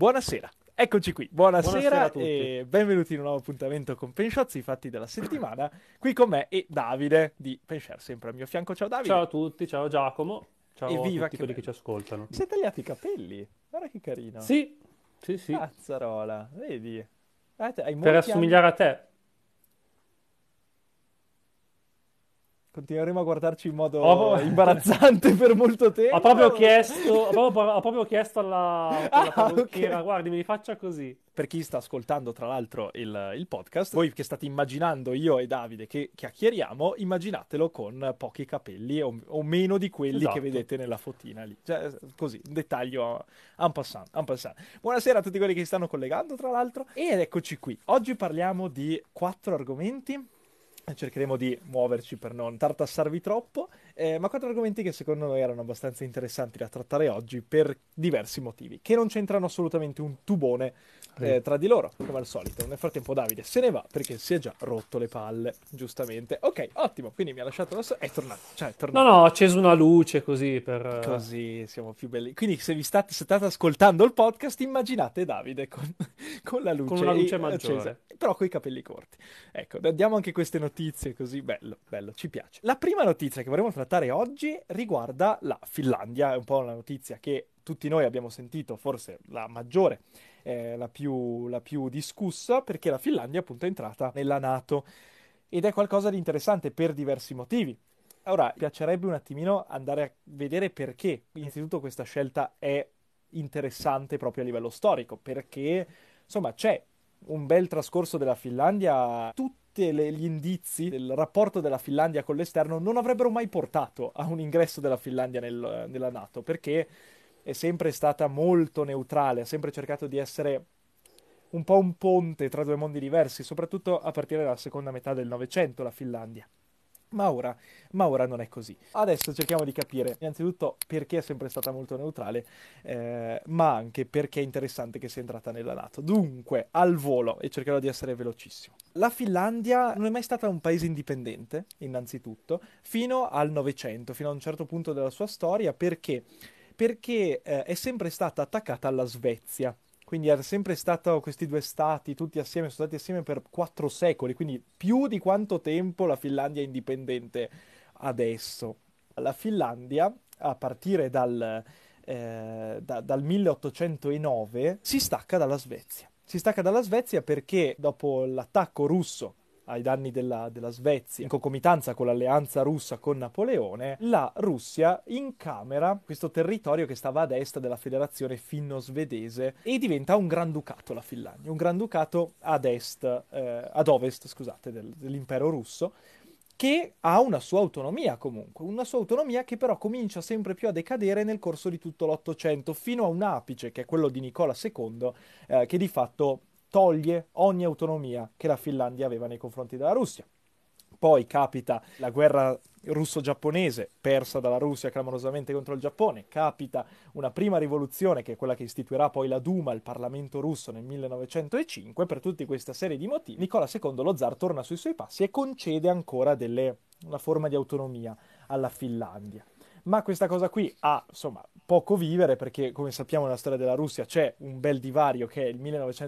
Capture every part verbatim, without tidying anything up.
Buonasera, eccoci qui, buonasera, Buonasera a tutti. E benvenuti in un nuovo appuntamento con Penshots, i fatti della settimana. Qui con me e Davide di Penshare, sempre al mio fianco. Ciao Davide. Ciao a tutti, ciao Giacomo, ciao a Evviva, tutti che quelli che bello. ci ascoltano. Si è tagliati i capelli, guarda che carino. Sì, sì, sì, Cazzarola, vedi? Eh, te- hai per molti anni. assomigliare a te. Continueremo a guardarci in Ho, modo pro- imbarazzante per molto ho proprio tempo. chiesto, ho proprio, ho proprio chiesto alla quella Ah, parrucchiera, ok. guardi, mi rifaccia così. Per chi sta ascoltando, tra l'altro, il, il podcast, voi che state immaginando io e Davide che chiacchieriamo, immaginatelo con pochi capelli o, o meno di quelli che Esatto. vedete nella fotina lì. Cioè, così, un dettaglio en passant, en passant. Buonasera a tutti quelli che si stanno collegando, tra l'altro. Ed eccoci qui. Oggi parliamo di quattro argomenti. Cercheremo di muoverci per non tartassarvi troppo, eh, ma quattro argomenti che secondo noi erano abbastanza interessanti da trattare oggi per diversi motivi, che non c'entrano assolutamente un tubone Sì. eh, tra di loro, come al solito. Nel frattempo Davide se ne va perché si è già rotto le palle, giustamente. Ok, ottimo, quindi mi ha lasciato la so- è tornato, cioè è No, tornato. no, ho acceso una luce così per... eh, Così siamo più belli. Quindi se vi state, se state ascoltando il podcast, immaginate Davide con, con la con luce una luce accesa, maggiore. però con i capelli corti. Ecco, diamo anche queste notizie così, bello, bello, ci piace. La prima notizia che vorremmo trattare oggi riguarda la Finlandia, è un po' una notizia che tutti noi abbiamo sentito, forse la maggiore, eh, la più, la più discussa, perché la Finlandia appunto è entrata nella NATO ed è qualcosa di interessante per diversi motivi. Ora, mi piacerebbe un attimino andare a vedere perché. Innanzitutto questa scelta è interessante proprio a livello storico, perché insomma c'è un bel trascorso della Finlandia, tutti gli indizi del rapporto della Finlandia con l'esterno non avrebbero mai portato a un ingresso della Finlandia nel- nella NATO, perché è sempre stata molto neutrale, ha sempre cercato di essere un po' un ponte tra due mondi diversi, soprattutto a partire dalla seconda metà del Novecento, la Finlandia. Ma ora, ma ora non è così. Adesso cerchiamo di capire innanzitutto perché è sempre stata molto neutrale, eh, ma anche perché è interessante che sia entrata nella NATO. Dunque, al volo, e cercherò di essere velocissimo. La Finlandia non è mai stata un paese indipendente, innanzitutto, fino al Novecento, fino a un certo punto della sua storia, perché? Perché eh, è sempre stata attaccata alla Svezia. Quindi era sempre stato questi due stati tutti assieme, sono stati assieme per quattro secoli, quindi più di quanto tempo la Finlandia è indipendente adesso. La Finlandia, a partire dal, eh, da- dal milleottocentonove, si stacca dalla Svezia. Si stacca dalla Svezia perché dopo l'attacco russo ai danni della, della Svezia, in concomitanza con l'alleanza russa con Napoleone, la Russia incamera questo territorio che stava ad est della federazione finno-svedese e diventa un granducato la Finlandia, un granducato ad est, eh, ad ovest, scusate, del- dell'impero russo, che ha una sua autonomia comunque, una sua autonomia che però comincia sempre più a decadere nel corso di tutto l'Ottocento, fino a un apice che è quello di Nicola secondo, eh, che di fatto toglie ogni autonomia che la Finlandia aveva nei confronti della Russia. Poi capita la guerra russo-giapponese, persa dalla Russia clamorosamente contro il Giappone, capita una prima rivoluzione che è quella che istituirà poi la Duma, il Parlamento russo nel millenovecentocinque. Per tutta questa serie di motivi Nicola secondo lo zar torna sui suoi passi e concede ancora delle, una forma di autonomia alla Finlandia. Ma questa cosa qui ha, insomma, poco vivere perché, come sappiamo, nella storia della Russia c'è un bel divario che è il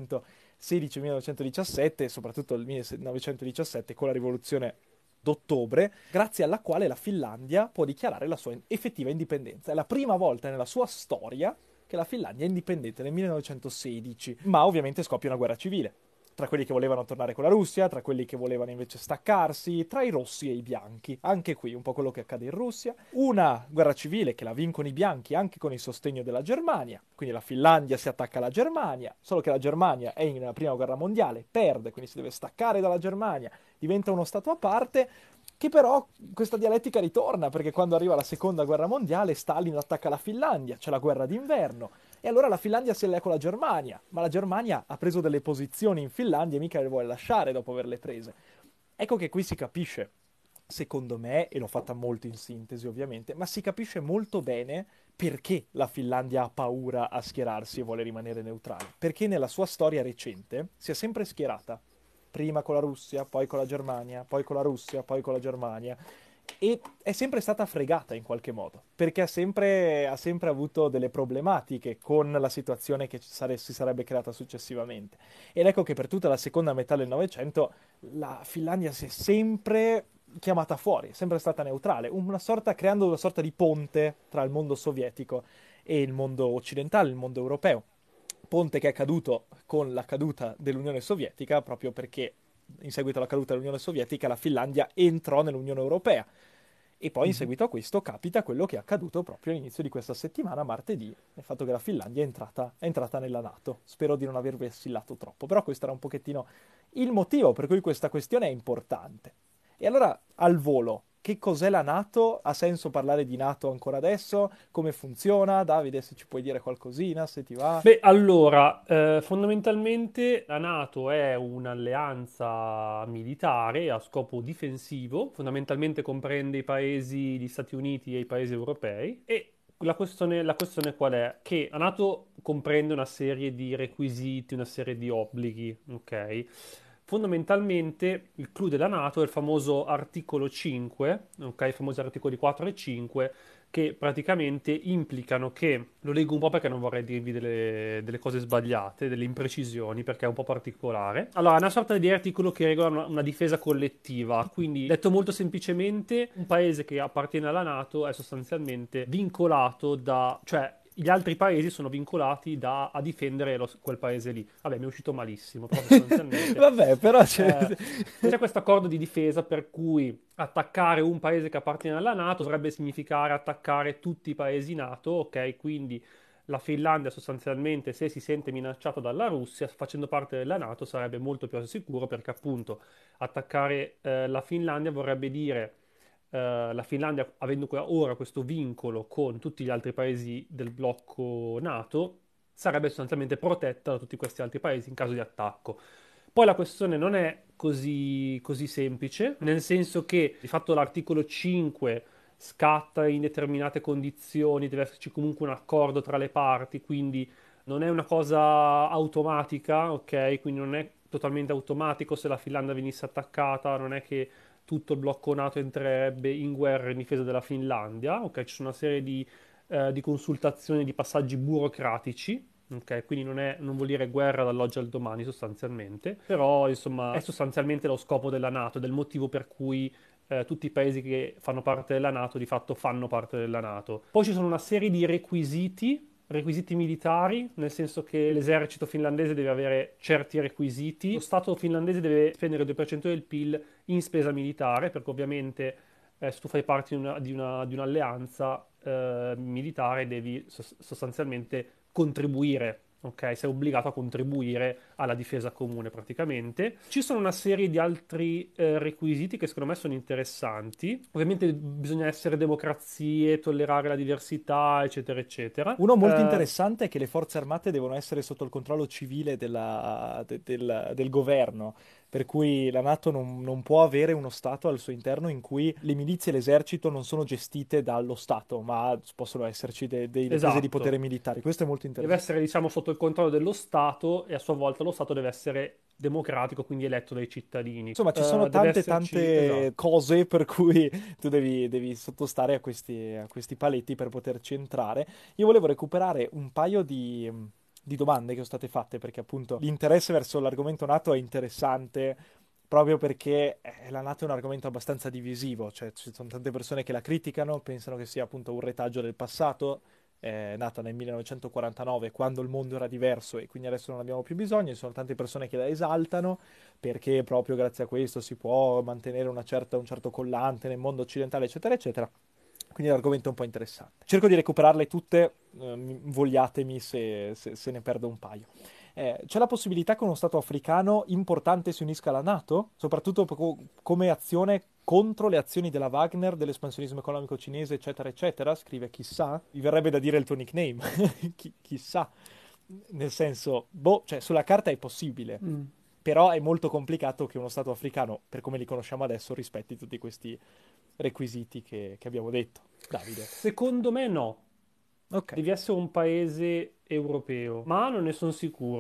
millenovecentosedici-millenovecentodiciassette, soprattutto il millenovecentodiciassette con la rivoluzione d'ottobre, grazie alla quale la Finlandia può dichiarare la sua effettiva indipendenza. È la prima volta nella sua storia che la Finlandia è indipendente nel millenovecentosedici, ma ovviamente scoppia una guerra civile tra quelli che volevano tornare con la Russia, tra quelli che volevano invece staccarsi, tra i rossi e i bianchi. Anche qui un po' quello che accade in Russia. Una guerra civile che la vincono i bianchi anche con il sostegno della Germania, quindi la Finlandia si attacca alla Germania, solo che la Germania è in una prima guerra mondiale, perde, quindi si deve staccare dalla Germania, diventa uno stato a parte, che però questa dialettica ritorna, perché quando arriva la seconda guerra mondiale Stalin attacca la Finlandia, c'è la guerra d'inverno, e allora la Finlandia si allea con la Germania, ma la Germania ha preso delle posizioni in Finlandia e mica le vuole lasciare dopo averle prese. Ecco che qui si capisce, secondo me, e l'ho fatta molto in sintesi ovviamente, ma si capisce molto bene perché la Finlandia ha paura a schierarsi e vuole rimanere neutrale. Perché nella sua storia recente si è sempre schierata, prima con la Russia, poi con la Germania, poi con la Russia, poi con la Germania. e è sempre stata fregata in qualche modo, perché ha sempre, ha sempre avuto delle problematiche con la situazione che ci sare- si sarebbe creata successivamente. Ed ecco che per tutta la seconda metà del Novecento la Finlandia si è sempre chiamata fuori, è sempre stata neutrale, una sorta, creando una sorta di ponte tra il mondo sovietico e il mondo occidentale, il mondo europeo. Ponte che è caduto con la caduta dell'Unione Sovietica, proprio perché in seguito alla caduta dell'Unione Sovietica la Finlandia entrò nell'Unione Europea. E poi in Mhm. seguito a questo capita quello che è accaduto proprio all'inizio di questa settimana, martedì, il fatto che la Finlandia è entrata, è entrata nella NATO. Spero di non avervi assillato troppo, però questo era un pochettino il motivo per cui questa questione è importante. E allora, al volo, che cos'è la NATO? Ha senso parlare di NATO ancora adesso? Come funziona? Davide, se ci puoi dire qualcosina, se ti va. Beh, allora, eh, fondamentalmente la NATO è un'alleanza militare a scopo difensivo, fondamentalmente comprende i paesi, gli Stati Uniti e i paesi europei e la questione, la questione qual è? Che la NATO comprende una serie di requisiti, una serie di obblighi, ok? Fondamentalmente il clou della NATO è il famoso articolo cinque, ok? I famosi articoli quattro e cinque che praticamente implicano che, lo leggo un po' perché non vorrei dirvi delle, delle cose sbagliate, delle imprecisioni, perché è un po' particolare. Allora, è una sorta di articolo che regola una, una difesa collettiva, quindi detto molto semplicemente, un paese che appartiene alla NATO è sostanzialmente vincolato da, cioè gli altri paesi sono vincolati da, a difendere lo- quel paese lì. Vabbè, mi è uscito malissimo, però sostanzialmente Vabbè, però c'è... eh, c'è questo accordo di difesa per cui attaccare un paese che appartiene alla NATO dovrebbe significare attaccare tutti i paesi NATO, ok? Quindi la Finlandia sostanzialmente, se si sente minacciata dalla Russia, facendo parte della NATO, sarebbe molto più al sicuro perché appunto attaccare eh, la Finlandia vorrebbe dire eh, la Finlandia, avendo que- ora questo vincolo con tutti gli altri paesi del blocco NATO, sarebbe sostanzialmente protetta da tutti questi altri paesi in caso di attacco. Poi la questione non è così, così semplice, nel senso che di fatto l'articolo cinque scatta in determinate condizioni, deve esserci comunque un accordo tra le parti, quindi non è una cosa automatica, ok? Quindi non è totalmente automatico se la Finlandia venisse attaccata, non è che tutto il blocco NATO entrerebbe in guerra in difesa della Finlandia, ok? Ci sono una serie di, eh, di consultazioni, di passaggi burocratici. Ok, quindi non è, non vuol dire guerra dall'oggi al domani sostanzialmente, però insomma è sostanzialmente lo scopo della NATO, del motivo per cui eh, tutti i paesi che fanno parte della NATO di fatto fanno parte della NATO. Poi ci sono una serie di requisiti, requisiti militari, nel senso che l'esercito finlandese deve avere certi requisiti, lo Stato finlandese deve spendere il due per cento del P I L in spesa militare, perché ovviamente eh, se tu fai parte di, una- di una- di un'alleanza eh, militare devi sos- sostanzialmente contribuire, ok? Sei obbligato a contribuire alla difesa comune praticamente. Ci sono una serie di altri eh, requisiti che secondo me sono interessanti. Ovviamente bisogna essere democrazie, tollerare la diversità, eccetera, eccetera. Uno molto Eh, interessante è che le forze armate devono essere sotto il controllo civile della- de- del, del governo, per cui la NATO non, non può avere uno Stato al suo interno in cui le milizie e l'esercito non sono gestite dallo Stato, ma possono esserci de- delle prese di potere esatto. militari. Questo è molto Deve interessante. essere, diciamo, sotto il controllo dello Stato e a sua volta lo Stato deve essere democratico, quindi eletto dai cittadini. Insomma, ci sono Eh, deve tante esserci, tante esatto. cose per cui tu devi, devi sottostare a questi, a questi paletti per poterci entrare. Io volevo recuperare un paio di, di domande che sono state fatte, perché appunto l'interesse verso l'argomento NATO è interessante proprio perché eh, la NATO è un argomento abbastanza divisivo, cioè ci sono tante persone che la criticano, pensano che sia appunto un retaggio del passato, è nata nel millenovecentoquarantanove quando il mondo era diverso e quindi adesso non abbiamo più bisogno, ci sono tante persone che la esaltano perché proprio grazie a questo si può mantenere una certa, un certo collante nel mondo occidentale, eccetera, eccetera. Quindi è un argomento un po' interessante. Cerco di recuperarle tutte, eh, mi- vogliatemi se, se- se ne perdo un paio. Eh, c'è la possibilità che uno Stato africano importante si unisca alla NATO, soprattutto po- come azione contro le azioni della Wagner, dell'espansionismo economico cinese, eccetera, eccetera. Scrive chissà. Mi verrebbe da dire il tuo nickname. Chi- chissà. Nel senso, boh, cioè sulla carta è possibile, Mm. però è molto complicato che uno Stato africano, per come li conosciamo adesso, rispetti tutti questi requisiti che, che abbiamo detto. Davide. Secondo me no. Ok. Devi essere un paese europeo, ma non ne sono sicuro.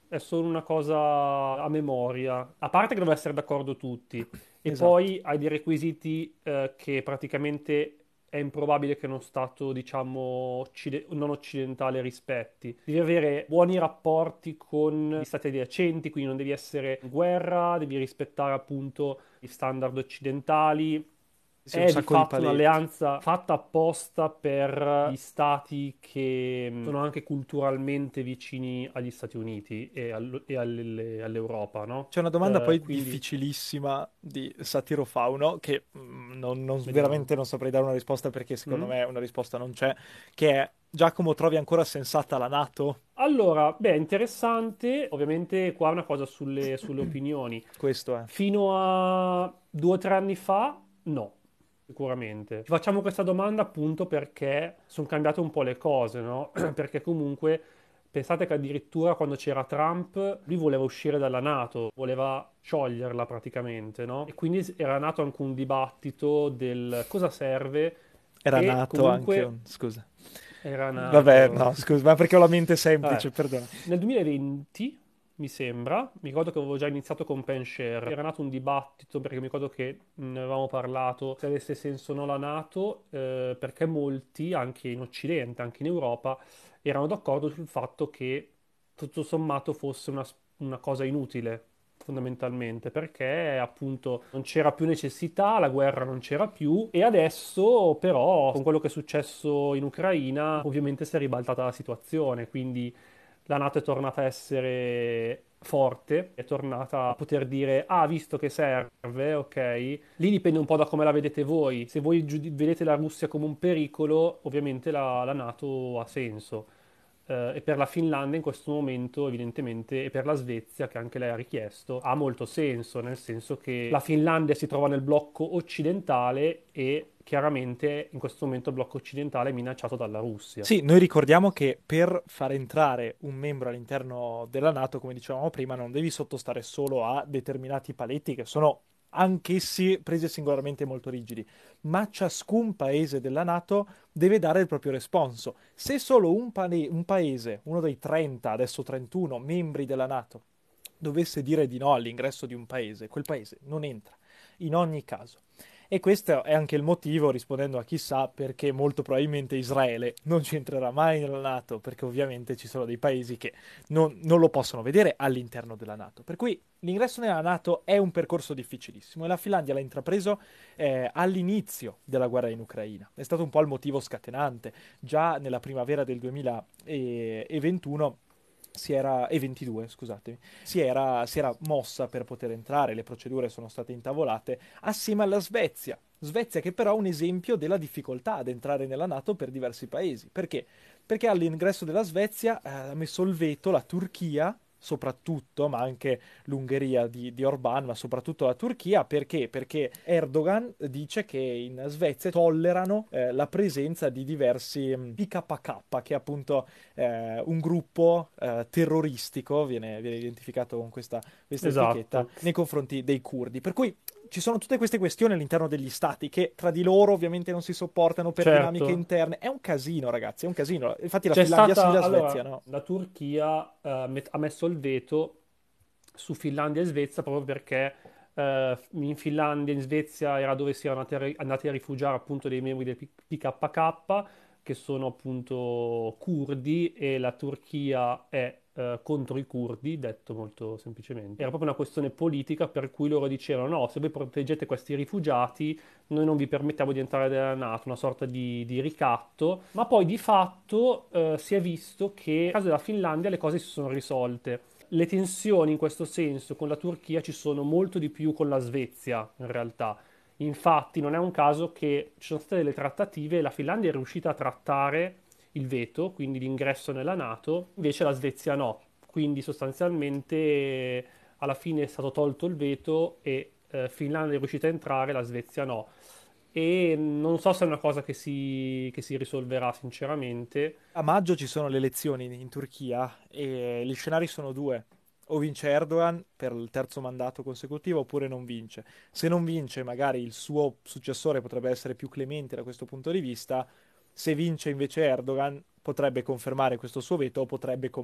è solo una cosa a memoria, a parte che devono essere d'accordo tutti, e Esatto. poi hai dei requisiti eh, che praticamente è improbabile che uno Stato, diciamo, occide- non occidentale rispetti. Devi avere buoni rapporti con gli Stati adiacenti, quindi non devi essere in guerra, devi rispettare appunto gli standard occidentali. Sì, un È di sacco di fatto paletti. un'alleanza fatta apposta per gli stati che mh, sono anche culturalmente vicini agli Stati Uniti e, al- e alle- all'Europa, no? C'è una domanda Eh, poi quindi, difficilissima di Satiro Fauno, che mm, non, non- vediamo. veramente non saprei dare una risposta perché secondo Mm? me una risposta non c'è, che è: Giacomo, trovi ancora sensata la NATO? Allora, beh, interessante. Ovviamente qua è una cosa sulle, sulle opinioni. Questo è. Fino a due o tre anni fa, no, sicuramente. Ci facciamo questa domanda appunto perché sono cambiate un po' le cose, no? Perché comunque pensate che addirittura quando c'era Trump, lui voleva uscire dalla NATO, voleva scioglierla praticamente, no? E quindi era nato anche un dibattito del cosa serve Era e nato anche comunque un... Scusa. era Vabbè, nato. no, scusa, ma perché ho la mente Vabbè, semplice, perdona. nel duemilaventi, mi sembra, mi ricordo che avevo già iniziato con Penshare, era nato un dibattito perché mi ricordo che ne avevamo parlato se avesse senso o no la NATO, eh, perché molti, anche in Occidente, anche in Europa, erano d'accordo sul fatto che tutto sommato fosse una, una cosa inutile. Fondamentalmente perché appunto non c'era più necessità, la guerra non c'era più e adesso però con quello che è successo in Ucraina ovviamente si è ribaltata la situazione, quindi la NATO è tornata a essere forte, è tornata a poter dire, ah, visto che serve, ok, lì dipende un po' da come la vedete voi. Se voi giudi- vedete la Russia come un pericolo, ovviamente la, la NATO ha senso. Eh, e per la Finlandia in questo momento, evidentemente, e per la Svezia, che anche lei ha richiesto, ha molto senso, nel senso che la Finlandia si trova nel blocco occidentale e chiaramente in questo momento il blocco occidentale è minacciato dalla Russia. Sì, noi ricordiamo che per far entrare un membro all'interno della NATO, come dicevamo prima, non devi sottostare solo a determinati paletti che sono anch'essi presi singolarmente molto rigidi, ma ciascun paese della NATO deve dare il proprio responso. Se solo un, pane- un paese, uno dei trenta, adesso trentuno membri della NATO, dovesse dire di no all'ingresso di un paese, quel paese non entra, in ogni caso. E questo è anche il motivo, rispondendo a chissà, perché molto probabilmente Israele non ci entrerà mai nella NATO, perché ovviamente ci sono dei paesi che non, non lo possono vedere all'interno della NATO. Per cui l'ingresso nella NATO è un percorso difficilissimo e la Finlandia l'ha intrapreso eh, all'inizio della guerra in Ucraina. È stato un po' il motivo scatenante. Già nella primavera del duemilaventuno si era, e ventidue, scusatemi, si era, si era mossa per poter entrare, le procedure sono state intavolate assieme alla Svezia. Svezia che però è un esempio della difficoltà ad entrare nella NATO per diversi paesi. Perché? Perché all'ingresso della Svezia eh, ha messo il veto la Turchia, soprattutto, ma anche l'Ungheria di, di Orbán, ma soprattutto la Turchia. Perché? Perché Erdogan dice che in Svezia tollerano eh, la presenza di diversi mh, P K K, che è appunto eh, un gruppo eh, terroristico, viene, viene identificato con questa, questa etichetta, Esatto. nei confronti dei curdi. Per cui ci sono tutte queste questioni all'interno degli stati che tra di loro ovviamente non si sopportano per dinamiche Certo, interne. È un casino, ragazzi, è un casino. Infatti la c'è Finlandia sì, stata, la Svezia allora, no. la Turchia eh, met- ha messo il veto su Finlandia e Svezia proprio perché eh, in Finlandia e in Svezia era dove si erano andati a, ri- andati a rifugiare appunto dei membri del P- PKK, che sono appunto curdi, e la Turchia è eh, contro i curdi, detto molto semplicemente. Era proprio una questione politica per cui loro dicevano no, se voi proteggete questi rifugiati noi non vi permettiamo di entrare nella NATO, una sorta di, di ricatto, ma poi di fatto eh, si è visto che nel caso della Finlandia le cose si sono risolte. Le tensioni in questo senso con la Turchia ci sono molto di più con la Svezia, in realtà. Infatti non è un caso che ci sono state delle trattative e la Finlandia è riuscita a trattare il veto, quindi l'ingresso nella NATO, invece la Svezia no. Quindi sostanzialmente alla fine è stato tolto il veto e eh, Finlandia è riuscita a entrare, la Svezia no. E non so se è una cosa che si, che si risolverà sinceramente. A maggio ci sono le elezioni in, in Turchia e gli scenari sono due. O vince Erdogan per il terzo mandato consecutivo oppure non vince. Se non vince, magari il suo successore potrebbe essere più clemente da questo punto di vista. Se vince invece Erdogan, potrebbe confermare questo suo veto o potrebbe, come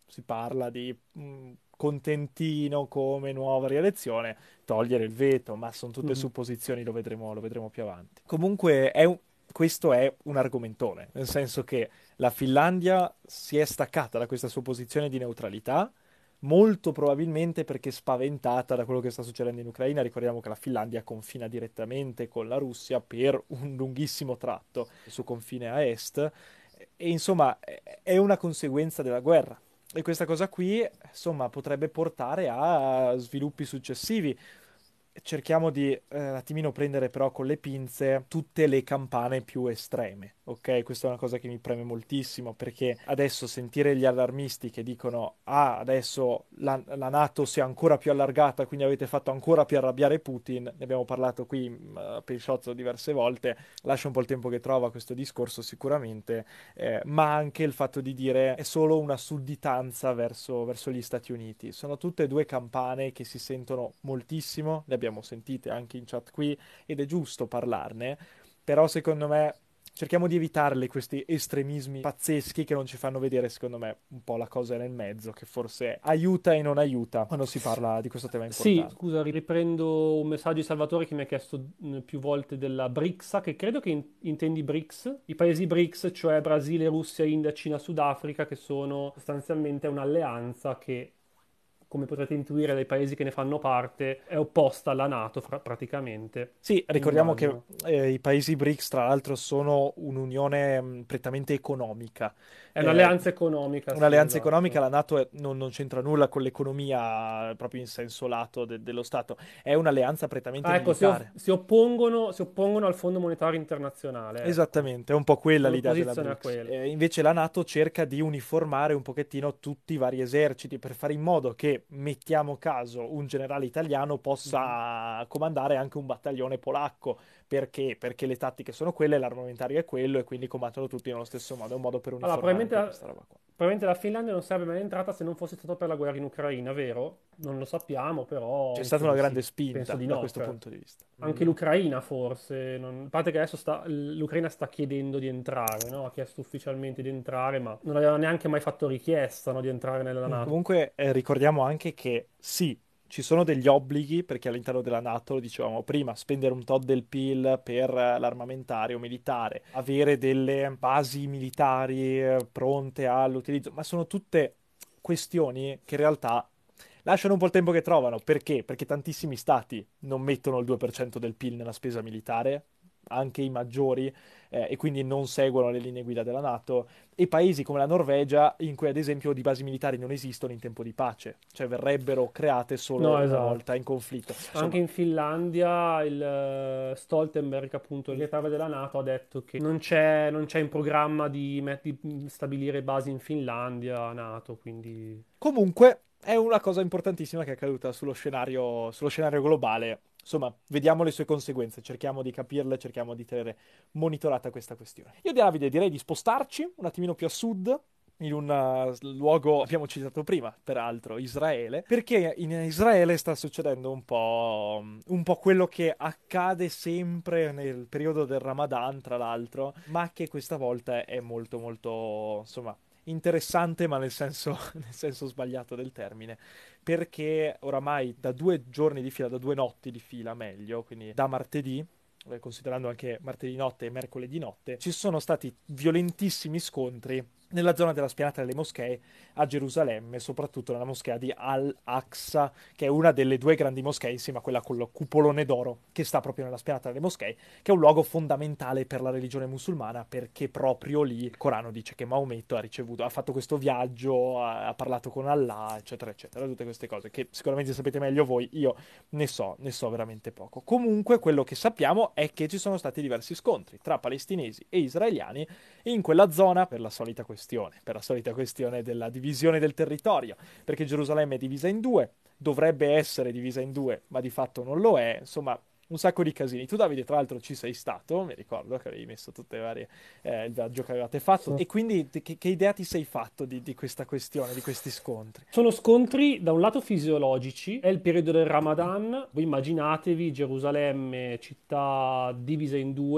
si parla di mh, contentino come nuova rielezione, togliere il veto, ma sono tutte Mhm. supposizioni, lo vedremo, lo vedremo più avanti. Comunque è un- questo è un argomentone, nel senso che la Finlandia si è staccata da questa sua posizione di neutralità, molto probabilmente perché spaventata da quello che sta succedendo in Ucraina. Ricordiamo che la Finlandia confina direttamente con la Russia per un lunghissimo tratto, il suo confine a est, e insomma è è una conseguenza della guerra. E questa cosa qui, insomma, potrebbe portare a sviluppi successivi. Cerchiamo di eh, un attimino prendere però con le pinze tutte le campane più estreme, ok? Questa è una cosa che mi preme moltissimo perché adesso sentire gli allarmisti che dicono ah, adesso la, la NATO si è ancora più allargata, quindi avete fatto ancora più arrabbiare Putin, ne abbiamo parlato qui uh, per il shot diverse volte, lascia un po' il tempo che trova questo discorso sicuramente, eh, ma anche il fatto di dire è solo una sudditanza verso, verso gli Stati Uniti. Sono tutte e due campane che si sentono moltissimo, le abbiamo sentite anche in chat qui ed è giusto parlarne, però secondo me cerchiamo di evitarle questi estremismi pazzeschi che non ci fanno vedere, secondo me, un po' la cosa nel mezzo, che forse aiuta e non aiuta quando si parla di questo tema Sì, importante. scusa, riprendo un messaggio di Salvatore che mi ha chiesto mh, più volte della BRICS, che credo che in- intendi BRICS, i paesi BRICS, cioè Brasile, Russia, India, Cina, Sudafrica, che sono sostanzialmente un'alleanza che, come potrete intuire dai paesi che ne fanno parte, è opposta alla NATO fra- praticamente, Sì, ricordiamo che immagino. eh, i paesi BRICS, tra l'altro, sono un'unione mh, prettamente economica. È Eh, un'alleanza economica, sì, un'alleanza economica, esatto. la NATO è- non, non c'entra nulla con l'economia, eh, proprio in senso lato de- dello Stato, è un'alleanza prettamente Ah, ecco, si, off- militare. si oppongono, si oppongono al Fondo Monetario Internazionale, ecco. Esattamente, è un po' quella Sono in l'idea della opposizione a BRICS. quello. Eh, invece la NATO cerca di uniformare un pochettino tutti i vari eserciti per fare in modo che, mettiamo caso, un generale italiano Mhm. possa comandare anche un battaglione polacco. Perché? Perché le tattiche sono quelle, l'armamentario è quello e quindi combattono tutti nello stesso modo. È un modo per Allora, uniformare probabilmente anche la, questa roba qua. probabilmente la Finlandia non sarebbe mai entrata se non fosse stato per la guerra in Ucraina, vero? Non lo sappiamo, però C'è stata penso una di grande sì. Penso spinta di da no, questo cioè. punto di vista. Anche Mm. l'Ucraina forse, non- a parte che adesso sta- l'Ucraina sta chiedendo di entrare, no? Ha chiesto ufficialmente di entrare, ma non aveva neanche mai fatto richiesta, no, di entrare nella Mm. NATO. Comunque eh, ricordiamo anche che sì, ci sono degli obblighi perché all'interno della NATO, lo dicevamo prima, spendere un tot del P I L per eh, l'armamentario militare, avere delle basi militari eh, pronte all'utilizzo, ma sono tutte questioni che in realtà lasciano un po' il tempo che trovano. Perché? Perché tantissimi stati non mettono il due per cento del P I L nella spesa militare, anche i maggiori, eh, e quindi non seguono le linee guida della NATO e paesi come la Norvegia, in cui ad esempio di basi militari non esistono in tempo di pace, cioè verrebbero create No, solo una volta esatto. in conflitto. Anche Insomma, in Finlandia il eh, Stoltenberg, appunto, il segretario della NATO, ha detto che non c'è non c'è in programma di, met- di stabilire basi in Finlandia, NATO, quindi. comunque è una cosa importantissima che è accaduta sullo scenario, sullo scenario globale. Insomma, vediamo le sue conseguenze, cerchiamo di capirle, cerchiamo di tenere monitorata questa questione. Io, Davide, direi di spostarci un attimino più a sud, in un uh, luogo, abbiamo citato prima, peraltro, Israele, perché in Israele sta succedendo un po', un po' quello che accade sempre nel periodo del Ramadan, tra l'altro, ma che questa volta è molto, molto, insomma, interessante, ma nel senso, nel senso sbagliato del termine, perché oramai da due giorni di fila, da due notti di fila, meglio, quindi da martedì, eh, considerando anche martedì notte e mercoledì notte, ci sono stati violentissimi scontri nella zona della spianata delle moschee a Gerusalemme, soprattutto nella moschea di Al-Aqsa, che è una delle due grandi moschee, insieme a quella con il cupolone d'oro, che sta proprio nella spianata delle moschee, che è un luogo fondamentale per la religione musulmana, perché proprio lì il Corano dice che Maometto ha ricevuto, ha fatto questo viaggio, ha, ha parlato con Allah, eccetera, eccetera, tutte queste cose che sicuramente sapete meglio voi, io ne so, ne so veramente poco. Comunque, quello che sappiamo è che ci sono stati diversi scontri tra palestinesi e israeliani in quella zona per la solita questione, per la solita questione della divisione del territorio, perché Gerusalemme è divisa in due, dovrebbe essere divisa in due, ma di fatto non lo è, insomma, un sacco di casini. Tu, Davide, tra l'altro ci sei stato, mi ricordo che avevi messo tutte le varie, eh, il viaggio che avevate fatto, Sì. e quindi che, che idea ti sei fatto di, di questa questione, di questi scontri? Sono scontri da un lato fisiologici, è il periodo del Ramadan, voi immaginatevi Gerusalemme, città divisa in due,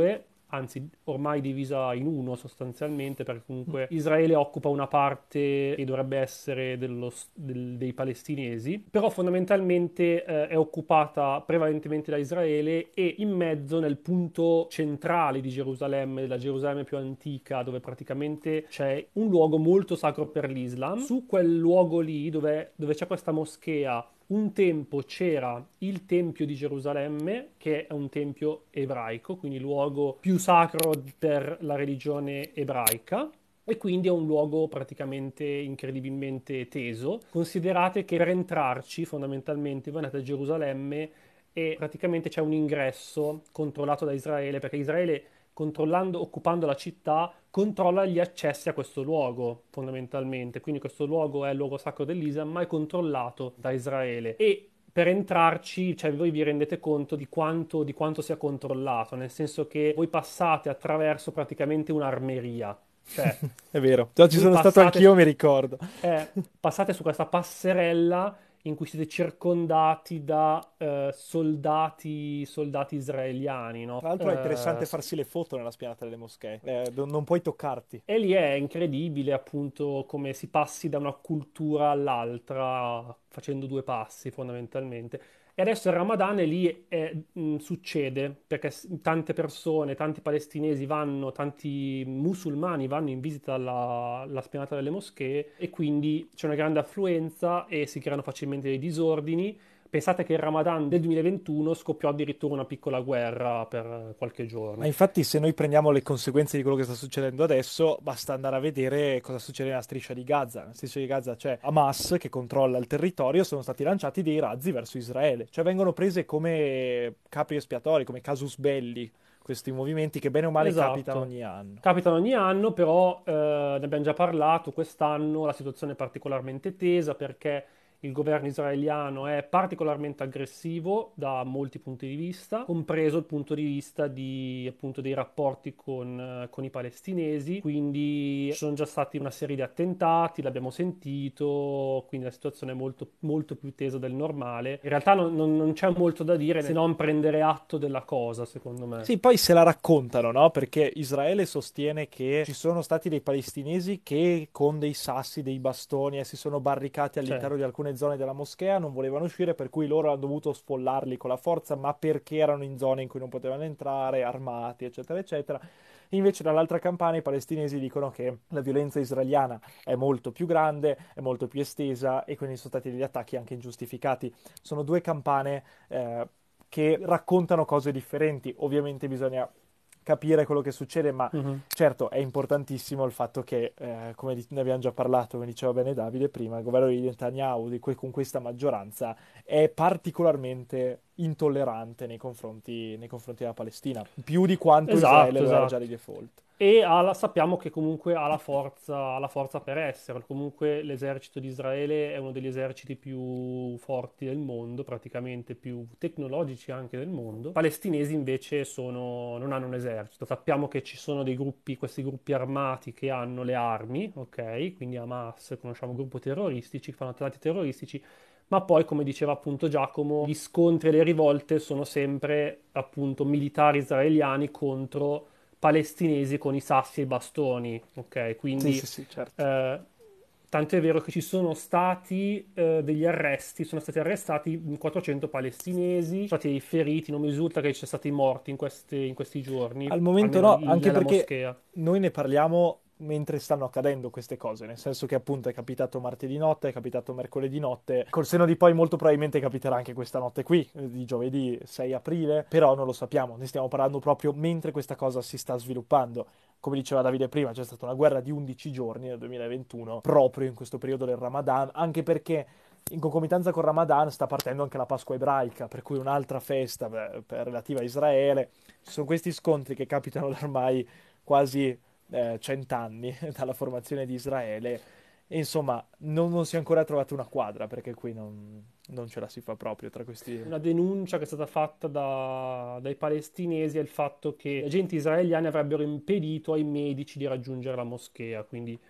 anzi ormai divisa in uno sostanzialmente, perché comunque Israele occupa una parte che dovrebbe essere dello, del, dei palestinesi, però fondamentalmente eh, è occupata prevalentemente da Israele, e in mezzo, nel punto centrale di Gerusalemme, della Gerusalemme più antica, dove praticamente c'è un luogo molto sacro per l'Islam. Su quel luogo lì, dove, dove c'è questa moschea, un tempo c'era il Tempio di Gerusalemme, che è un tempio ebraico, quindi il luogo più sacro per la religione ebraica, e quindi è un luogo praticamente incredibilmente teso. Considerate che per entrarci, fondamentalmente, voi andate a Gerusalemme e praticamente c'è un ingresso controllato da Israele, perché Israele, controllando, occupando la città, controlla gli accessi a questo luogo, fondamentalmente. Quindi questo luogo è il luogo sacro dell'Islam, ma è controllato da Israele. E per entrarci, cioè, voi vi rendete conto di quanto, di quanto sia controllato, nel senso che voi passate attraverso praticamente un'armeria. Cioè, È vero, già ci voi sono stato passate, anch'io, mi ricordo. eh, passate su questa passerella in cui siete circondati da eh, soldati, soldati israeliani, no? Tra l'altro è Eh, interessante farsi le foto nella spianata delle moschee, eh, non non puoi toccarti. E lì è incredibile appunto come si passi da una cultura all'altra facendo due passi fondamentalmente. E adesso il Ramadan, e lì è- mh, succede perché s- tante persone, tanti palestinesi vanno, tanti musulmani vanno in visita alla, alla spianata delle moschee, e quindi c'è una grande affluenza e si creano facilmente dei disordini. Pensate che il Ramadan del duemilaventuno scoppiò addirittura una piccola guerra per qualche Ma giorno. infatti, se noi prendiamo le conseguenze di quello che sta succedendo adesso, basta andare a vedere cosa succede nella striscia di Gaza. Nella striscia di Gaza c'è Hamas che controlla il territorio, sono stati lanciati dei razzi verso Israele. Cioè vengono prese come capri espiatori, come casus belli, questi movimenti che bene o male capitano Esatto. ogni anno. Capitano ogni anno, però eh, ne abbiamo già parlato, quest'anno la situazione è particolarmente tesa perché il governo israeliano è particolarmente aggressivo da molti punti di vista, compreso il punto di vista di, appunto, dei rapporti con, eh, con i palestinesi. Quindi ci sono già stati una serie di attentati, l'abbiamo sentito, quindi la situazione è molto, molto più tesa del normale. In realtà non, non- non c'è molto da dire se non prendere atto della cosa, secondo me. Sì, poi se la raccontano, no? Perché Israele sostiene che ci sono stati dei palestinesi che con dei sassi, dei bastoni, e si sono barricati Cioè, all'interno di alcune zone della moschea, non volevano uscire, per cui loro hanno dovuto sfollarli con la forza, ma perché erano in zone in cui non potevano entrare, armati, eccetera, eccetera. Invece dall'altra campana i palestinesi dicono che la violenza israeliana è molto più grande, è molto più estesa e quindi sono stati degli attacchi anche ingiustificati. Sono due campane eh, che raccontano cose differenti. Ovviamente bisogna capire quello che succede, ma mhm. certo è importantissimo il fatto che, eh, come di- ne abbiamo già parlato, come diceva bene Davide prima, il governo di Netanyahu, di que- con questa maggioranza, è particolarmente intollerante nei confronti, nei confronti della Palestina, più di quanto Israele Esatto, lo era già di esatto. default. E ha la- sappiamo che comunque ha la forza, ha la forza per essere. Comunque l'esercito di Israele è uno degli eserciti più forti del mondo, praticamente più tecnologici anche del mondo. I palestinesi invece sono- non hanno un esercito. Sappiamo che ci sono dei gruppi, questi gruppi armati che hanno le armi, ok? Quindi Hamas, conosciamo gruppi terroristici, che fanno attentati terroristici. Ma poi, come diceva appunto Giacomo, gli scontri e le rivolte sono sempre appunto militari israeliani contro palestinesi con i sassi e i bastoni, ok? Sì, Quindi, sì, sì, certo. eh, tanto è vero che ci sono stati eh, degli arresti, sono stati arrestati quattrocento palestinesi, sono stati dei feriti, non mi risulta che ci siano stati morti in, questi in questi giorni, Al momento almeno no, l- anche nella perché moschea. noi ne parliamo mentre stanno accadendo queste cose, nel senso che appunto è capitato martedì notte, è capitato mercoledì notte, col seno di poi molto probabilmente capiterà anche questa notte qui, eh, di giovedì sei aprile, però non lo sappiamo, ne stiamo parlando proprio mentre questa cosa si sta sviluppando. Come diceva Davide prima, c'è stata una guerra di undici giorni nel duemilaventuno, proprio in questo periodo del Ramadan, anche perché in concomitanza con Ramadan sta partendo anche la Pasqua ebraica, per cui un'altra festa beh, per- relativa a Israele. Ci sono questi scontri che capitano da ormai quasi eh, cent'anni dalla formazione di Israele e insomma non, non si è ancora trovata una quadra perché qui non, non ce la si fa proprio tra questi... Una denuncia che è stata fatta da- dai palestinesi è il fatto che gli agenti israeliani avrebbero impedito ai medici di raggiungere la moschea, quindi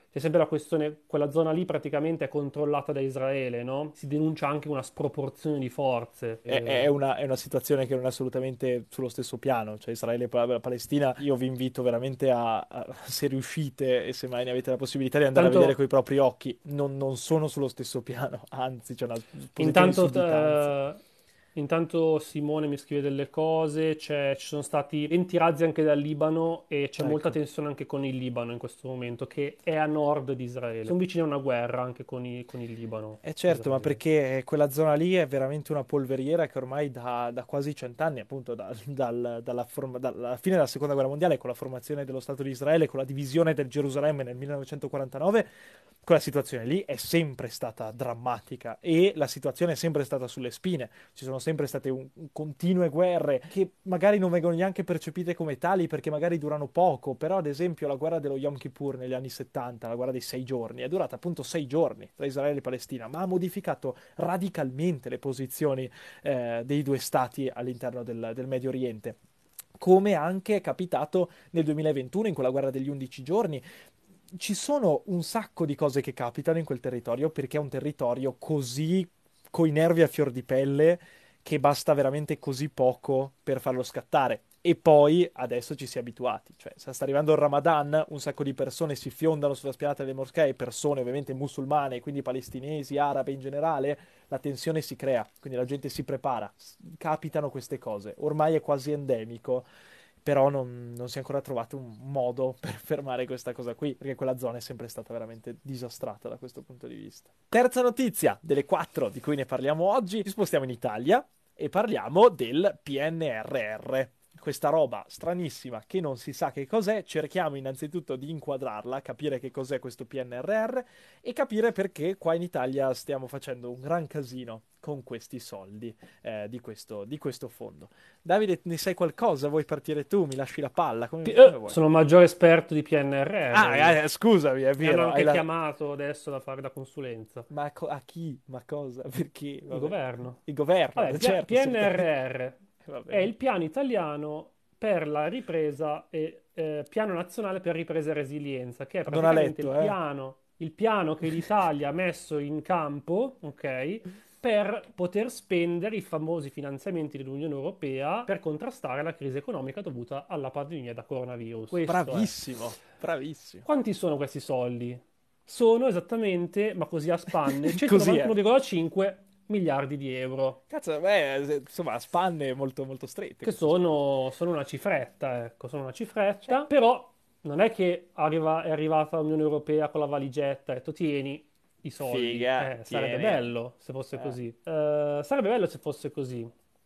c'è sempre la questione, quella zona lì praticamente è controllata da Israele, no? Si denuncia anche una sproporzione di forze. È, è Eh, una, è una situazione che non è assolutamente sullo stesso piano, cioè Israele e Pa- Palestina. Io vi invito veramente a, a- se riuscite e se mai ne avete la possibilità di andare a vedere Tanto coi propri occhi, non, non sono sullo stesso piano, anzi c'è una posizione di Intanto, sudditanza. eh, intanto Simone mi scrive delle cose, c'è- ci sono stati venti razzi anche dal Libano e c'è molta Ecco. tensione anche con il Libano in questo momento, che è a nord di Israele. Sono vicini a una guerra anche con, i- con il Libano, Eh certo, ma Israele. perché quella zona lì è veramente una polveriera che ormai da, da quasi cent'anni, appunto da- dal- dalla, forma- dalla fine della seconda guerra mondiale, con la formazione dello Stato di Israele, con la divisione del Gerusalemme nel millenovecentoquarantanove, quella situazione lì è sempre stata drammatica e la situazione è sempre stata sulle spine. Ci sono sempre state un- un continue guerre che magari non vengono neanche percepite come tali perché magari durano poco, però ad esempio la guerra dello Yom Kippur negli anni settanta, la guerra dei sei giorni, è durata appunto sei giorni tra Israele e Palestina, ma ha modificato radicalmente le posizioni eh, dei due stati all'interno del, del Medio Oriente. Come anche è capitato nel duemilaventuno in quella guerra degli undici giorni, ci sono un sacco di cose che capitano in quel territorio perché è un territorio così coi nervi a fior di pelle che basta veramente così poco per farlo scattare. E poi adesso ci si è abituati, cioè se sta arrivando il Ramadan, un sacco di persone si fiondano sulla spianata delle moschee, persone ovviamente musulmane, quindi palestinesi, arabe in generale, la tensione si crea, quindi la gente si prepara, S- capitano queste cose, ormai è quasi endemico, però non, non si è ancora trovato un modo per fermare questa cosa qui, perché quella zona è sempre stata veramente disastrata da questo punto di vista. Terza notizia, delle quattro di cui ne parliamo oggi, ci spostiamo in Italia e parliamo del P N R R. Questa roba stranissima che non si sa che cos'è, cerchiamo innanzitutto di inquadrarla, capire che cos'è questo P N R R e capire perché qua in Italia stiamo facendo un gran casino con questi soldi eh, di questo, di questo fondo. Davide, ne sai qualcosa? Vuoi partire tu? Mi lasci la palla? P- Come, come eh, vuoi? sono il maggiore esperto di P N R R Ah, io. eh, scusami, è Mi hanno vero. Hai anche la... chiamato adesso da fare da consulenza. Ma co- a chi? Ma cosa? Perché? Il Vabbè. governo. Il governo, Vabbè, eh, Pia- certo, assolutamente. P N R R Va è bene. il piano italiano per la ripresa e eh, piano nazionale per ripresa e resilienza, che è Non ha praticamente il letto, eh? piano, il piano che l'Italia ha messo in campo, ok, per poter spendere i famosi finanziamenti dell'Unione Europea per contrastare la crisi economica dovuta alla pandemia da coronavirus. Questo è. Bravissimo, bravissimo. Quanti sono questi soldi? Sono esattamente, ma così a spanne, Così è. centonovantuno virgola cinque miliardi di euro. Cazzo, beh, se- insomma, a spanne molto, molto strette Che queste sono. sono, sono una cifretta, ecco, sono una Cioè, cifretta, però non è che arriva- è arrivata l'Unione Europea con la valigetta e ha detto tieni i soldi. figa, Eh, sarebbe tieni. bello se fosse Eh, così. Eh, sarebbe bello se fosse così.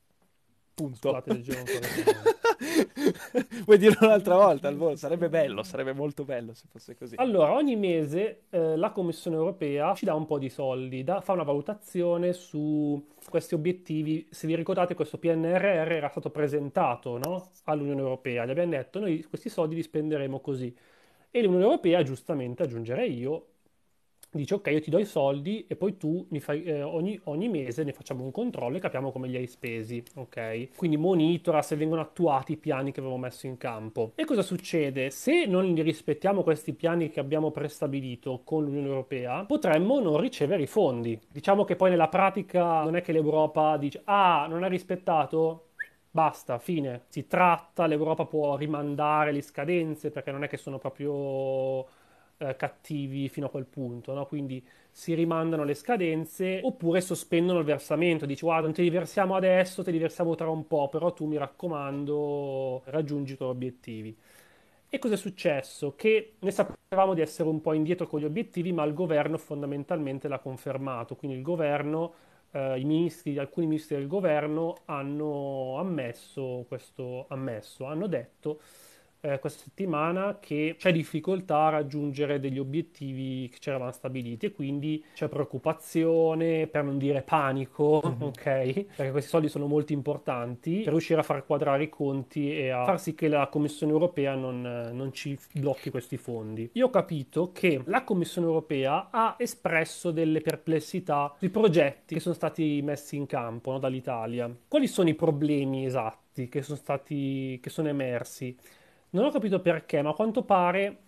punto. Scusate, leggevo ancora il commento. Vuoi dirlo un'altra volta al volo? Sarebbe bello, sarebbe molto bello se fosse così. Allora, ogni mese eh, la Commissione europea ci dà un po' di soldi, dà- fa una valutazione su questi obiettivi. Se vi ricordate, questo P N R R era stato presentato, no, all'Unione Europea. Gli abbiamo detto, noi questi soldi li spenderemo così. E l'Unione Europea, giustamente, aggiungerei io, dice ok, io ti do i soldi e poi tu mi fai, eh, ogni, ogni mese ne facciamo un controllo e capiamo come li hai spesi, ok? Quindi monitora se vengono attuati i piani che avevamo messo in campo. E cosa succede? Se non li rispettiamo questi piani che abbiamo prestabilito con l'Unione Europea, potremmo non ricevere i fondi. Diciamo che poi nella pratica non è che l'Europa dice ah, non hai rispettato? Basta, fine. Si tratta, l'Europa può rimandare le scadenze perché non è che sono proprio eh, cattivi fino a quel punto, no? Quindi si rimandano le scadenze oppure sospendono il versamento. Dici, guarda, non te li versiamo adesso, te li versiamo tra un po', però tu mi raccomando, raggiungi i tuoi obiettivi. E cosa è successo? Che ne sapevamo di essere un po' indietro con gli obiettivi, ma il governo fondamentalmente l'ha confermato. Quindi il governo, eh, i ministri, alcuni ministri del governo hanno ammesso questo, ammesso, hanno detto eh, questa settimana che c'è difficoltà a raggiungere degli obiettivi che ci eravamo stabiliti e quindi c'è preoccupazione, per non dire panico, Mhm. ok? Perché questi soldi sono molto importanti per riuscire a far quadrare i conti e a far sì che la Commissione europea non, eh, non ci blocchi questi fondi. Io ho capito che la Commissione europea ha espresso delle perplessità sui progetti che sono stati messi in campo, no, dall'Italia. Quali sono i problemi esatti che sono stati, che sono emersi? Non ho capito perché, ma a quanto pare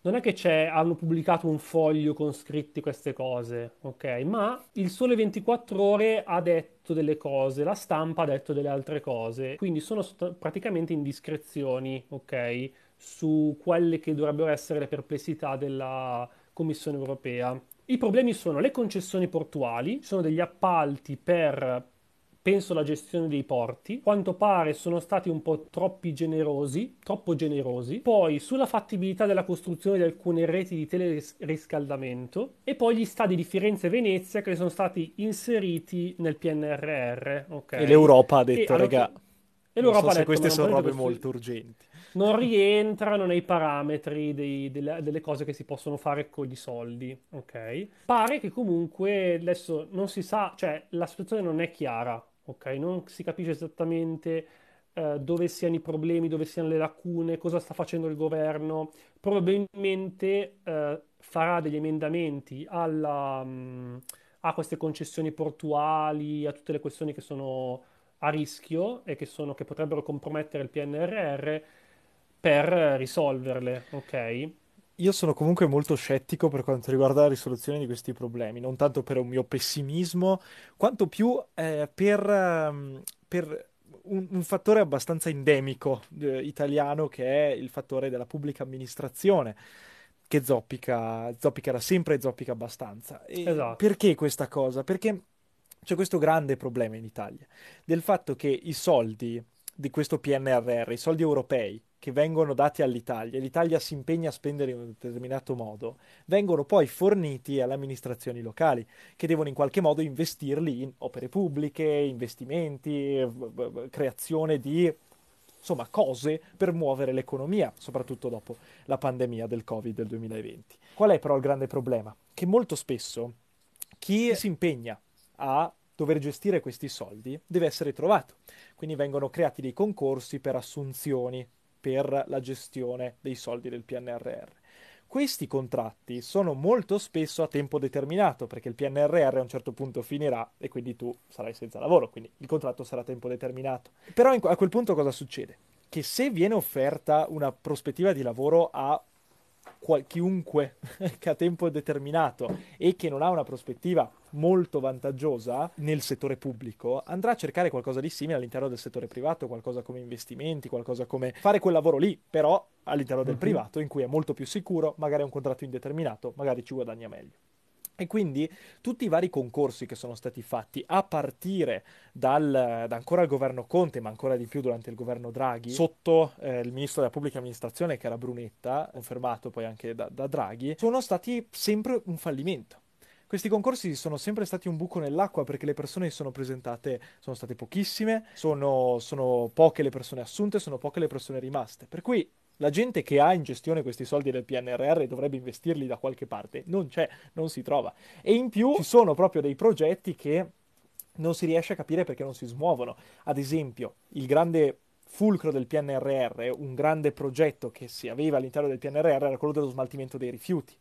non è che c'è, hanno pubblicato un foglio con scritti queste cose, ok? Ma il Sole ventiquattro Ore ha detto delle cose, la stampa ha detto delle altre cose, quindi sono st- praticamente indiscrezioni, ok? Su quelle che dovrebbero essere le perplessità della Commissione europea. I problemi sono le concessioni portuali, ci sono degli appalti per, penso, la gestione dei porti. Quanto pare sono stati un po' troppi generosi, troppo generosi. Poi sulla fattibilità della costruzione di alcune reti di teleriscaldamento e poi gli stadi di Firenze e Venezia che sono stati inseriti nel P N R R, ok? E l'Europa ha E, detto, allo regà, te- e non so l'Europa ha se detto, ma queste non sono potete robe costruire molto urgenti. non rientrano nei parametri dei- delle, delle cose che si possono fare con i soldi, ok? Pare che comunque adesso non si sa, cioè la situazione non è chiara, ok? Non si capisce esattamente eh, dove siano i problemi, dove siano le lacune, cosa sta facendo il governo. Probabilmente eh, farà degli emendamenti alla, mh, a queste concessioni portuali, a tutte le questioni che sono a rischio e che, sono, che potrebbero compromettere il P N R R per risolverle, ok? Io sono comunque molto scettico per quanto riguarda la risoluzione di questi problemi, non tanto per un mio pessimismo, quanto più eh, per, ehm, per un, un fattore abbastanza endemico eh, italiano che è il fattore della pubblica amministrazione, che zoppica, zoppica da sempre e zoppica abbastanza. E Esatto. perché questa cosa? Perché c'è questo grande problema in Italia, del fatto che i soldi di questo P N R R, i soldi europei che vengono dati all'Italia, e l'Italia si impegna a spendere in un determinato modo, vengono poi forniti alle amministrazioni locali, che devono in qualche modo investirli in opere pubbliche, investimenti, v- v- creazione di, insomma, cose per muovere l'economia, soprattutto dopo la pandemia del Covid del duemilaventi. Qual è però il grande problema? Che molto spesso chi si impegna a dover gestire questi soldi deve essere trovato. Quindi vengono creati dei concorsi per assunzioni per la gestione dei soldi del P N R R. Questi contratti sono molto spesso a tempo determinato, perché il P N R R a un certo punto finirà e quindi tu sarai senza lavoro, quindi il contratto sarà a tempo determinato. Però in- a quel punto cosa succede? Che se viene offerta una prospettiva di lavoro a qual- chiunque che ha tempo determinato e che non ha una prospettiva molto vantaggiosa nel settore pubblico, andrà a cercare qualcosa di simile all'interno del settore privato, qualcosa come investimenti, qualcosa come fare quel lavoro lì, però all'interno del Mhm. privato, in cui è molto più sicuro, magari è un contratto indeterminato, magari ci guadagna meglio. E quindi tutti i vari concorsi che sono stati fatti a partire dal, da ancora il governo Conte, ma ancora di più durante il governo Draghi, sotto eh, il ministro della pubblica amministrazione che era Brunetta, confermato poi anche da, da Draghi, sono stati sempre un fallimento. Questi concorsi sono sempre stati un buco nell'acqua perché le persone si sono presentate, sono state pochissime, sono, sono poche le persone assunte, sono poche le persone rimaste. Per cui la gente che ha in gestione questi soldi del P N R R e dovrebbe investirli da qualche parte, non c'è, non si trova. E in più ci sono proprio dei progetti che non si riesce a capire perché non si smuovono. Ad esempio, il grande fulcro del P N R R, un grande progetto che si aveva all'interno del P N R R era quello dello smaltimento dei rifiuti.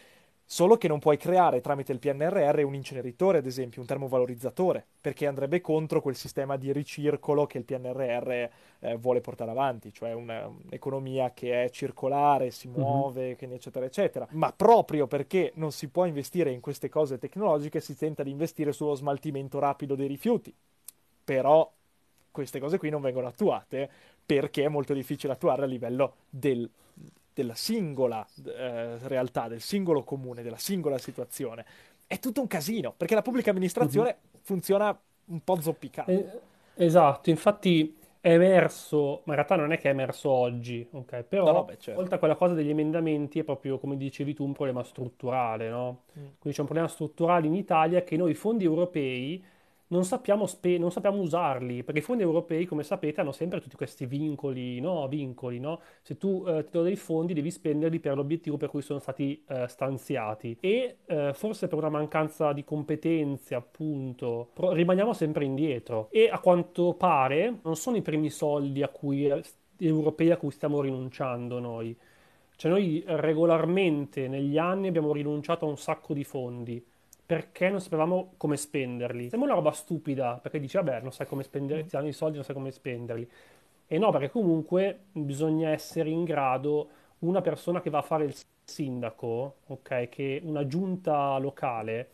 Solo che non puoi creare tramite il P N R R un inceneritore, ad esempio, un termovalorizzatore, perché andrebbe contro quel sistema di ricircolo che il P N R R eh, vuole portare avanti, cioè una- un'economia che è circolare, si Mhm. muove, che- eccetera, eccetera. Ma proprio perché non si può investire in queste cose tecnologiche, si tenta di investire sullo smaltimento rapido dei rifiuti. Però queste cose qui non vengono attuate perché è molto difficile attuare a livello del- della singola eh, realtà, del singolo comune, della singola situazione. È tutto un casino, perché la pubblica Mhm. amministrazione funziona un po' zoppicante. Eh, esatto, infatti è emerso, ma in realtà non è che è emerso oggi, ok? No, no, Però beh, certo. oltre a quella cosa degli emendamenti è proprio, come dicevi tu, un problema strutturale, no? Mm. Quindi c'è un problema strutturale in Italia che noi i fondi europei non sappiamo, spe- non sappiamo usarli, perché i fondi europei, come sapete, hanno sempre tutti questi vincoli, no? Vincoli, no? Se tu eh, ti do dei fondi devi spenderli per l'obiettivo per cui sono stati eh, stanziati e eh, forse per una mancanza di competenze, appunto, pro- rimaniamo sempre indietro e a quanto pare non sono i primi soldi a cui, eh, europei a cui stiamo rinunciando noi. Cioè noi regolarmente negli anni abbiamo rinunciato a un sacco di fondi perché non sapevamo come spenderli. Sembra una roba stupida, perché dici, vabbè, non sai come spendere, Mm. ti danno i soldi, non sai come spenderli. E no, perché comunque bisogna essere in grado, una persona che va a fare il sindaco, ok, che una giunta locale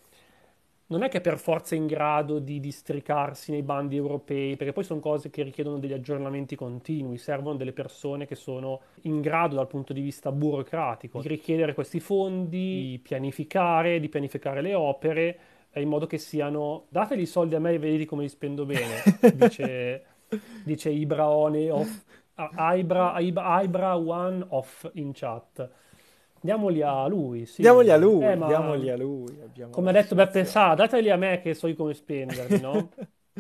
non è che per forza è in grado di districarsi nei bandi europei, perché poi sono cose che richiedono degli aggiornamenti continui, servono delle persone che sono in grado dal punto di vista burocratico di richiedere questi fondi, di pianificare, di pianificare le opere, eh, in modo che siano, dateli i soldi a me e vedi come li spendo bene, dice, dice Ibra One off, ah, Ibra, Ibra, Ibra One off in chat. Diamoli a lui, Diamogli a sì. Eh, lui, ma diamogli a lui, abbiamo come la ha detto Beppe situazione. Sa, dateli a me che so io come spenderli, no?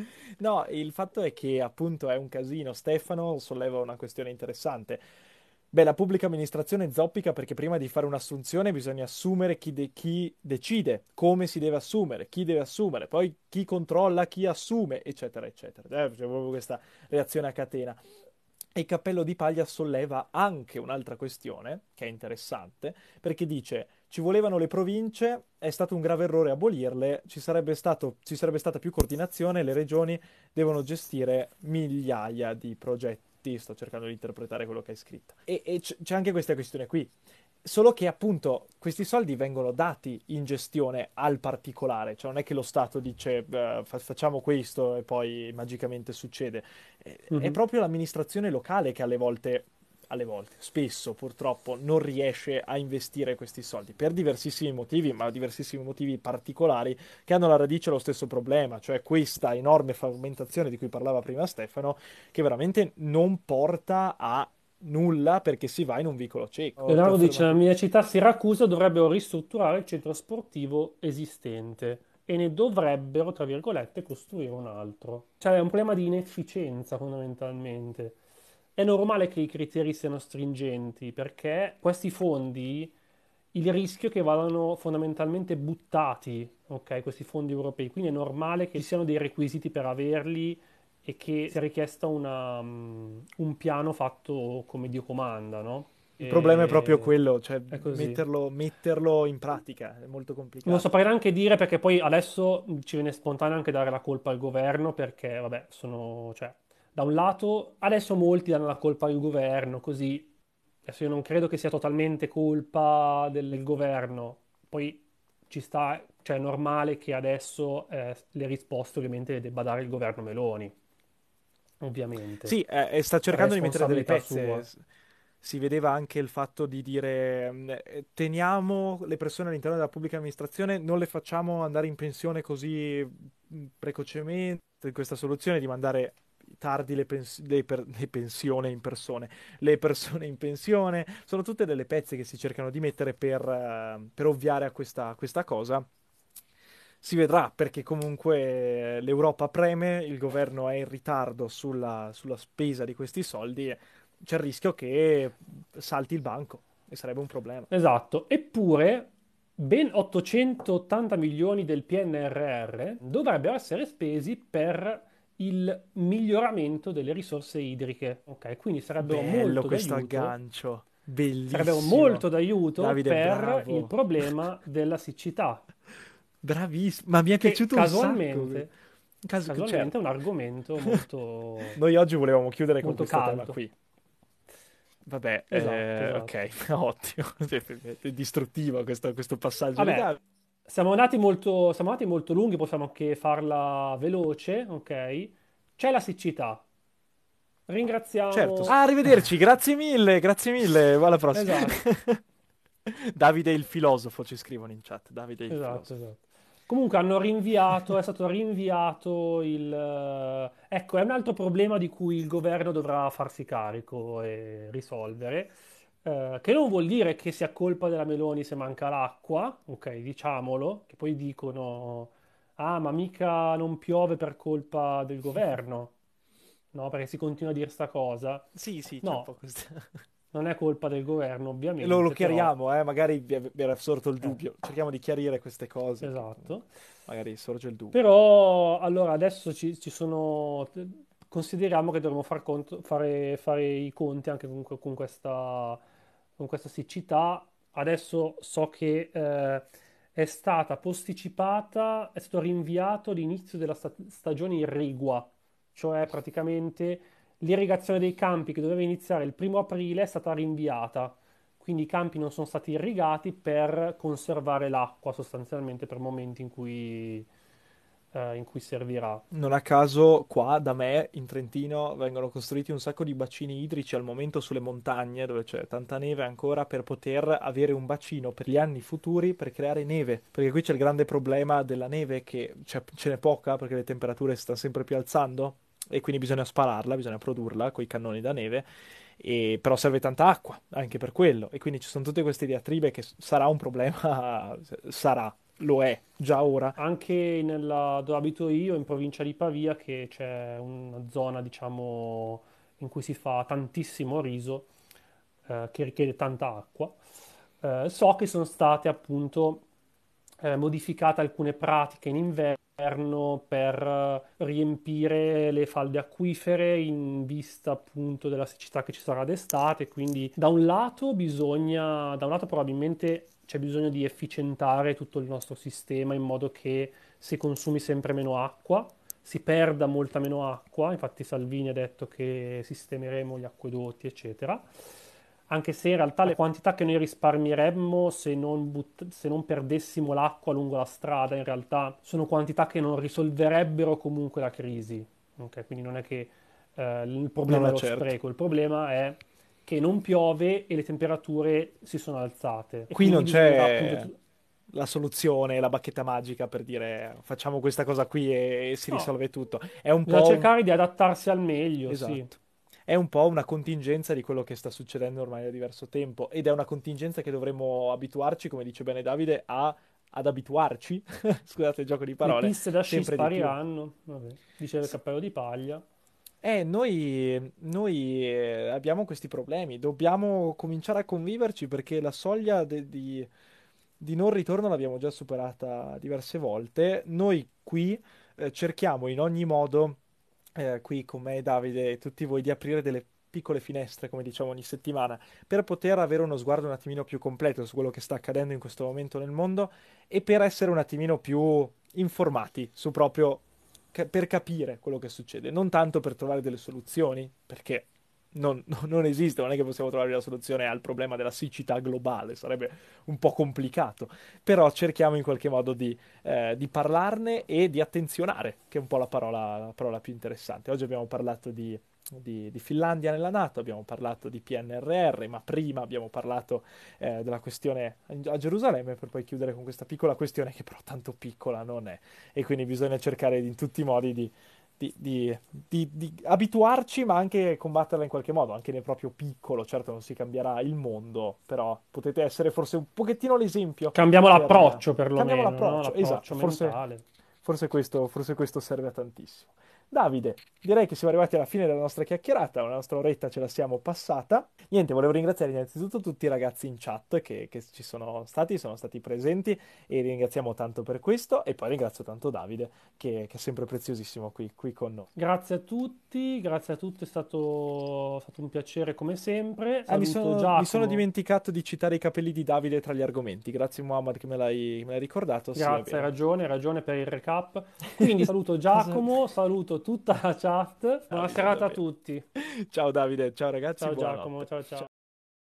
No, il fatto è che appunto è un casino. Stefano solleva una questione interessante. Beh, la pubblica amministrazione zoppica perché prima di fare un'assunzione bisogna assumere chi, de- chi decide, come si deve assumere, chi deve assumere, poi chi controlla, chi assume, eccetera, eccetera. Eh, c'è proprio questa reazione a catena. E il Cappello di Paglia solleva anche un'altra questione, che è interessante, perché dice ci volevano le province, è stato un grave errore abolirle, ci sarebbe stato, ci sarebbe stata più coordinazione, le regioni devono gestire migliaia di progetti, sto cercando di interpretare quello che hai scritto. E, e c- c'è anche questa questione qui. Solo che appunto questi soldi vengono dati in gestione al particolare, cioè non è che lo Stato dice "Beh, fa- facciamo questo e poi magicamente succede. Eh, È Mhm. proprio l'amministrazione locale che alle volte, alle volte, spesso purtroppo non riesce a investire questi soldi per diversissimi motivi, ma diversissimi motivi particolari che hanno alla radice lo stesso problema, cioè questa enorme frammentazione di cui parlava prima Stefano, che veramente non porta a nulla perché si va in un vicolo cieco. Ti Leonardo dice, nella affermati. mia città Siracusa dovrebbero ristrutturare il centro sportivo esistente e ne dovrebbero, tra virgolette, costruire un altro. Cioè è un problema di inefficienza fondamentalmente. È normale che i criteri siano stringenti perché questi fondi, il rischio è che vadano fondamentalmente buttati, ok, questi fondi europei. Quindi è normale che ci siano dei requisiti per averli e che sia richiesta una, mm, un piano fatto come Dio comanda, no? Il problema è proprio E quello, cioè è così. metterlo, metterlo in pratica, è molto Non complicato. saprei neanche dire perché poi adesso ci viene spontaneo anche dare la colpa al governo perché, vabbè, sono, cioè, da un lato, adesso molti danno la colpa al governo, così, adesso io non credo che sia totalmente colpa del, del governo, poi ci sta, cioè è normale che adesso eh, le risposte ovviamente le debba dare il governo Meloni, ovviamente, Sì, eh, e sta per cercando di mettere delle responsabilità pezze. sua. S- Si vedeva anche il fatto di dire mm, eh, teniamo le persone all'interno della pubblica amministrazione, non le facciamo andare in pensione così mm, precocemente. Questa soluzione di mandare tardi le, pens- le per- le pensione in persone, le persone in pensione, sono tutte delle pezze che si cercano di mettere per, eh, per ovviare a questa, questa cosa. Si vedrà perché comunque l'Europa preme, il governo è in ritardo sulla, sulla spesa di questi soldi, e c'è il rischio che salti il banco e sarebbe un problema. Esatto, eppure ben ottocentottanta milioni del P N R R dovrebbero essere spesi per il miglioramento delle risorse idriche. Ok, quindi sarebbero Bello molto questo d'aiuto, aggancio, sarebbero bellissimo. molto d'aiuto Davide, per il bravo, problema della siccità, bravissimo, ma mi è che piaciuto un sacco. casualmente, Caso, casualmente è certo. un argomento molto, Noi oggi volevamo chiudere con molto questo tema caldo. qui. Vabbè, Esatto, eh, esatto. ok, ottimo. È distruttivo questo, questo passaggio di Vabbè, Davide. siamo andati molto, siamo andati molto lunghi, possiamo anche farla veloce, ok? C'è la siccità. Certo. Ringraziamo. Ah, arrivederci, grazie mille, grazie mille, alla prossima. Esatto, Davide il filosofo ci scrivono in chat, Davide il esatto, filosofo. esatto. Comunque hanno rinviato, è stato rinviato il... eh, Ecco, è un altro problema di cui il governo dovrà farsi carico e risolvere, eh, che non vuol dire che sia colpa della Meloni se manca l'acqua, ok, diciamolo, che poi dicono, ah, ma mica non piove per colpa del governo, no? Perché si continua a dire sta cosa. Sì, sì, c'è un po' No, questo. non è colpa del governo, E lo, lo ovviamente, però... chiariamo, eh, magari vi vi era sorto il Eh, dubbio. Cerchiamo di chiarire queste cose, che esatto. comunque magari sorge il dubbio. Però allora adesso ci, ci sono. Consideriamo che dovremmo far conto- fare, fare i conti anche con, con questa, con questa siccità. Adesso so che eh, è stata posticipata, è stato rinviato l'inizio della sta- stagione irrigua, cioè praticamente l'irrigazione dei campi che doveva iniziare il primo aprile è stata rinviata. quindi i campi non sono stati irrigati per conservare l'acqua sostanzialmente per momenti in cui, eh, in cui servirà. Non a caso qua da me in Trentino vengono costruiti un sacco di bacini idrici al momento sulle montagne dove c'è tanta neve ancora per poter avere un bacino per gli anni futuri per creare neve. Perché qui c'è il grande problema della neve che c'è- ce n'è poca perché le temperature si stanno sempre più alzando e quindi bisogna spararla, bisogna produrla con i cannoni da neve. E però serve tanta acqua anche per quello e quindi ci sono tutte queste diatribe che s- sarà un problema, sarà, lo è già ora. Anche nella, dove abito io, in provincia di Pavia, che c'è una zona, diciamo, in cui si fa tantissimo riso, eh, che richiede tanta acqua. Eh, so che sono state appunto eh, modificate alcune pratiche in inverno per eh, riempire le falde acquifere in vista appunto della siccità che ci sarà d'estate. Quindi da un lato bisogna, da un lato probabilmente c'è bisogno di efficientare tutto il nostro sistema in modo che si consumi sempre meno acqua, si perda molta meno acqua. Infatti Salvini ha detto che sistemeremo gli acquedotti, eccetera. Anche se in realtà le quantità che noi risparmieremmo se non, but- se non perdessimo l'acqua lungo la strada, in realtà sono quantità che non risolverebbero comunque la crisi. Ok, quindi non è che eh, il No, problema è no, lo certo. spreco, il problema è che non piove e le temperature si sono alzate. E Qui quindi non bisognerà appunto... c'è tu- la soluzione, la bacchetta magica per dire facciamo questa cosa qui e, e si No, risolve tutto. È un bisogna po' un... cercare di adattarsi al meglio, sì. Esatto. È un po' una contingenza di quello che sta succedendo ormai da diverso tempo ed è una contingenza che dovremmo abituarci, come dice bene Davide, a- ad abituarci, scusate il gioco di Le parole, piste da sci sempre di più. spariranno, vabbè, dice il Sì. cappello di paglia. Eh, noi, noi, eh, abbiamo questi problemi, dobbiamo cominciare a conviverci perché la soglia de- di, di non ritorno l'abbiamo già superata diverse volte. Noi qui eh, cerchiamo in ogni modo, eh, qui con me, Davide e tutti voi, di aprire delle piccole finestre, come diciamo ogni settimana, per poter avere uno sguardo un attimino più completo su quello che sta accadendo in questo momento nel mondo e per essere un attimino più informati su proprio ca- per capire quello che succede, non tanto per trovare delle soluzioni, perché non, non esiste, non è che possiamo trovare la soluzione al problema della siccità globale, sarebbe un po' complicato, però cerchiamo in qualche modo di, eh, di parlarne e di attenzionare, che è un po' la parola, la parola più interessante. Oggi abbiamo parlato di, di- di Finlandia nella NATO, abbiamo parlato di P N R R, ma prima abbiamo parlato eh, della questione a Gerusalemme, per poi chiudere con questa piccola questione che però tanto piccola non è e quindi bisogna cercare di- in tutti i modi di, di- di- di- di abituarci, ma anche combatterla in qualche modo, anche nel proprio piccolo. Certo, non si cambierà il mondo, però potete essere forse un pochettino l'esempio Cambiamo per... l'approccio Cambiamo perlomeno, no? l'approccio, esatto, L'approccio forse, mentale. forse questo, forse questo serve a tantissimo. Davide, direi che siamo arrivati alla fine della nostra chiacchierata, la nostra oretta ce la siamo passata. Niente, volevo ringraziare innanzitutto tutti i ragazzi in chat che, che ci sono stati, sono stati presenti e ringraziamo tanto per questo e poi ringrazio tanto Davide che, che è sempre preziosissimo qui, qui con noi. Grazie a tutti, grazie a tutti, è stato, è stato un piacere come sempre. Ah, mi Saluto sono, mi sono Giacomo. dimenticato di citare i capelli di Davide tra gli argomenti. Grazie Muhammad che me l'hai me l'hai ricordato. Sì, è Grazie, hai vero. ragione, hai ragione per il recap. Quindi saluto Cosa? Giacomo, saluto tutta la chat. Buona Davide, serata a davvero. tutti. Ciao Davide, ciao ragazzi, Ciao Giacomo, buonanotte. ciao ciao. Ciao.